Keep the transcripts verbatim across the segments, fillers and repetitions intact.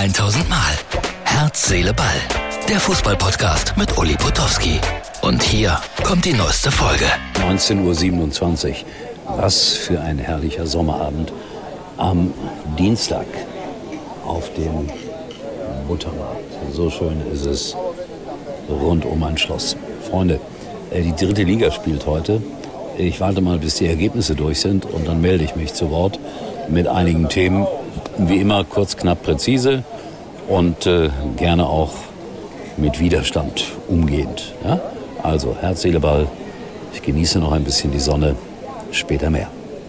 tausend Mal. Herz, Seele, Ball. Der Fußball-Podcast mit Uli Potowski. Und hier kommt die neueste Folge. neunzehn Uhr siebenundzwanzig. Was für ein herrlicher Sommerabend. Am Dienstag auf dem Buttermarkt. So schön ist es rund um ein Schloss. Freunde, die dritte Liga spielt heute. Ich warte mal, bis die Ergebnisse durch sind und dann melde ich mich zu Wort mit einigen Themen. Wie immer kurz, knapp, präzise und äh, gerne auch mit Widerstand umgehend. Ja? Also Herz, Seele, Ball. Ich genieße noch ein bisschen die Sonne. Später mehr.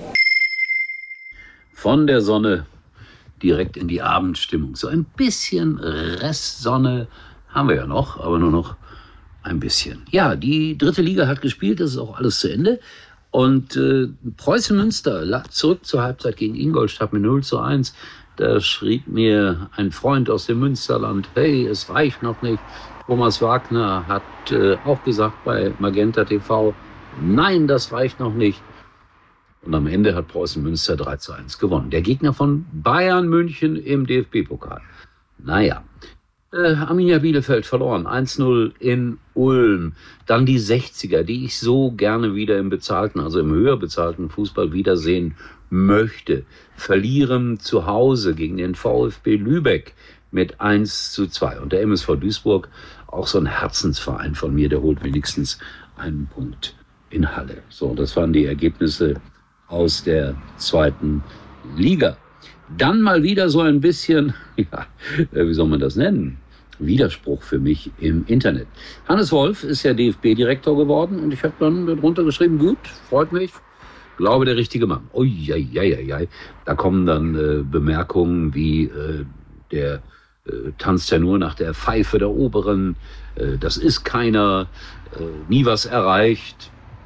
Von der Sonne direkt in die Abendstimmung. So ein bisschen Restsonne haben wir ja noch, aber nur noch ein bisschen. Ja, die dritte Liga hat gespielt, das ist auch alles zu Ende. Und äh, Preußen Münster lag zurück zur Halbzeit gegen Ingolstadt mit null zu eins. Da schrieb mir ein Freund aus dem Münsterland, hey, es reicht noch nicht. Thomas Wagner hat äh, auch gesagt bei Magenta T V, nein, das reicht noch nicht. Und am Ende hat Preußen Münster drei zu eins gewonnen. Der Gegner von Bayern München im D F B-Pokal. Naja, äh, Arminia Bielefeld verloren, eins zu null in Ulm. Dann die sechziger, die ich so gerne wieder im bezahlten, also im höher bezahlten Fußball wiedersehen möchte. Verlieren zu Hause gegen den VfB Lübeck mit eins zu zwei. Und der M S V Duisburg, auch so ein Herzensverein von mir, der holt wenigstens einen Punkt in Halle. So, das waren die Ergebnisse aus der zweiten Liga. Dann mal wieder so ein bisschen, ja, wie soll man das nennen? Widerspruch für mich im Internet. Hannes Wolf ist ja D F B-Direktor geworden und ich habe dann darunter geschrieben, gut, freut mich, glaube der richtige Mann. Uiuiuiui. Da kommen dann äh, Bemerkungen wie, äh, der äh, tanzt ja nur nach der Pfeife der Oberen, äh, das ist keiner, äh, nie was erreicht,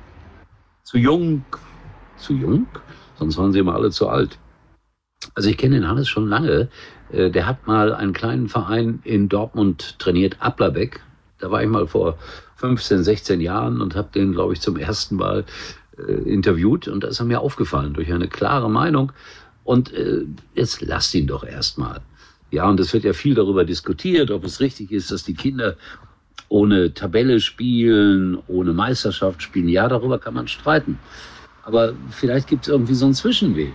zu jung, zu jung, sonst waren sie immer alle zu alt. Also ich kenne den Hannes schon lange. Der hat mal einen kleinen Verein in Dortmund trainiert, Applerbeck. Da war ich mal vor fünfzehn, sechzehn Jahren und habe den, glaube ich, zum ersten Mal äh, interviewt. Und da ist er mir aufgefallen durch eine klare Meinung. Und äh, jetzt lasst ihn doch erstmal. Ja, und es wird ja viel darüber diskutiert, ob es richtig ist, dass die Kinder ohne Tabelle spielen, ohne Meisterschaft spielen. Ja, darüber kann man streiten. Aber vielleicht gibt es irgendwie so einen Zwischenweg.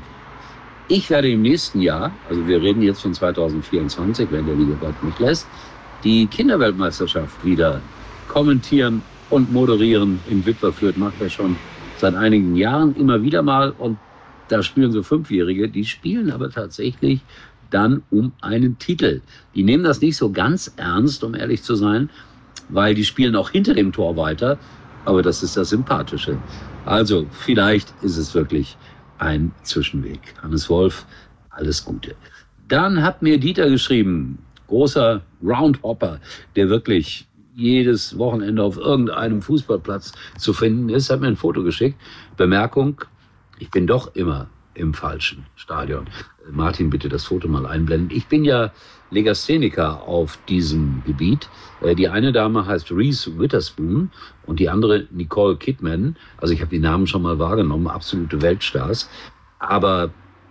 Ich werde im nächsten Jahr, also wir reden jetzt von zwanzig vierundzwanzig, wenn der liebe Gott mich lässt, die Kinderweltmeisterschaft wieder kommentieren und moderieren. In Wipperfürth macht er schon seit einigen Jahren immer wieder mal. Und da spielen so Fünfjährige, die spielen aber tatsächlich dann um einen Titel. Die nehmen das nicht so ganz ernst, um ehrlich zu sein, weil die spielen auch hinter dem Tor weiter. Aber das ist das Sympathische. Also vielleicht ist es wirklich ein Zwischenweg. Hannes Wolf, alles Gute. Dann hat mir Dieter geschrieben, großer Roundhopper, der wirklich jedes Wochenende auf irgendeinem Fußballplatz zu finden ist, hat mir ein Foto geschickt. Bemerkung, ich bin doch immer im falschen Stadion. Martin, bitte das Foto mal einblenden. Ich bin ja Legastheniker auf diesem Gebiet. Die eine Dame heißt Reese Witherspoon und die andere Nicole Kidman. Also ich habe die Namen schon mal wahrgenommen, absolute Weltstars. Aber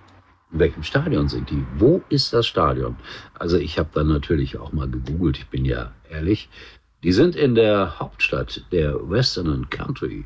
in welchem Stadion sind die? Wo ist das Stadion? Also ich habe dann natürlich auch mal gegoogelt, ich bin ja ehrlich. Die sind in der Hauptstadt der Western and Country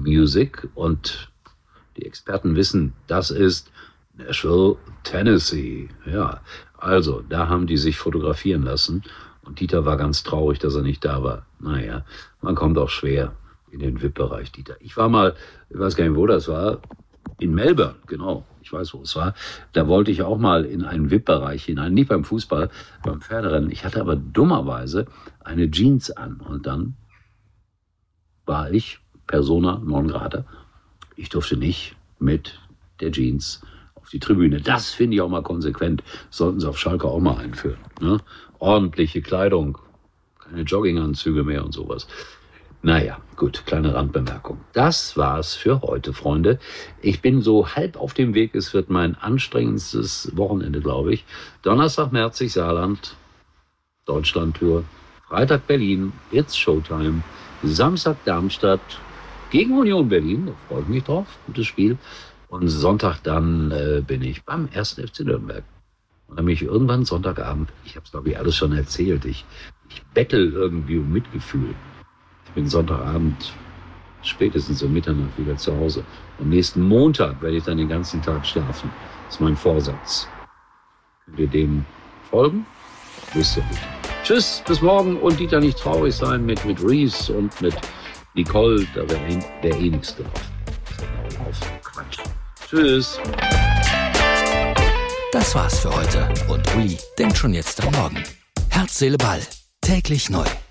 Music und die Experten wissen, das ist Nashville, Tennessee. Ja, also da haben die sich fotografieren lassen und Dieter war ganz traurig, dass er nicht da war. Naja, man kommt auch schwer in den V I P-Bereich, Dieter. Ich war mal, ich weiß gar nicht, wo das war, in Melbourne, genau, ich weiß, wo es war. Da wollte ich auch mal in einen V I P-Bereich hinein, nicht beim Fußball, beim Pferderennen. Ich hatte aber dummerweise eine Jeans an und dann war ich Persona non grata. Ich durfte nicht mit der Jeans auf die Tribüne. Das finde ich auch mal konsequent. Sollten sie auf Schalke auch mal einführen. Ne? Ordentliche Kleidung, keine Jogginganzüge mehr und sowas. Naja, gut, kleine Randbemerkung. Das war's für heute, Freunde. Ich bin so halb auf dem Weg. Es wird mein anstrengendstes Wochenende, glaube ich. Donnerstag Merzig, Saarland, Deutschland-Tour. Freitag Berlin, It's Showtime. Samstag Darmstadt gegen Union Berlin. Da freue ich mich drauf. Gutes Spiel. Und Sonntag dann äh, bin ich beim ersten F C Nürnberg. Und dann bin ich irgendwann Sonntagabend, ich habe es glaube ich alles schon erzählt, ich, ich bettel irgendwie um Mitgefühl. Ich bin Sonntagabend spätestens um Mitternacht wieder zu Hause. Und nächsten Montag werde ich dann den ganzen Tag schlafen. Das ist mein Vorsatz. Könnt ihr dem folgen? Wisst ihr nicht. Tschüss, bis morgen und Dieter nicht traurig sein mit, mit Reese und mit Nicole. Da wäre eh, wär eh nichts drauf. Auf Quatsch. Tschüss. Das war's für heute und Uli denkt schon jetzt am Morgen. Herz, Seele, Ball. Täglich neu.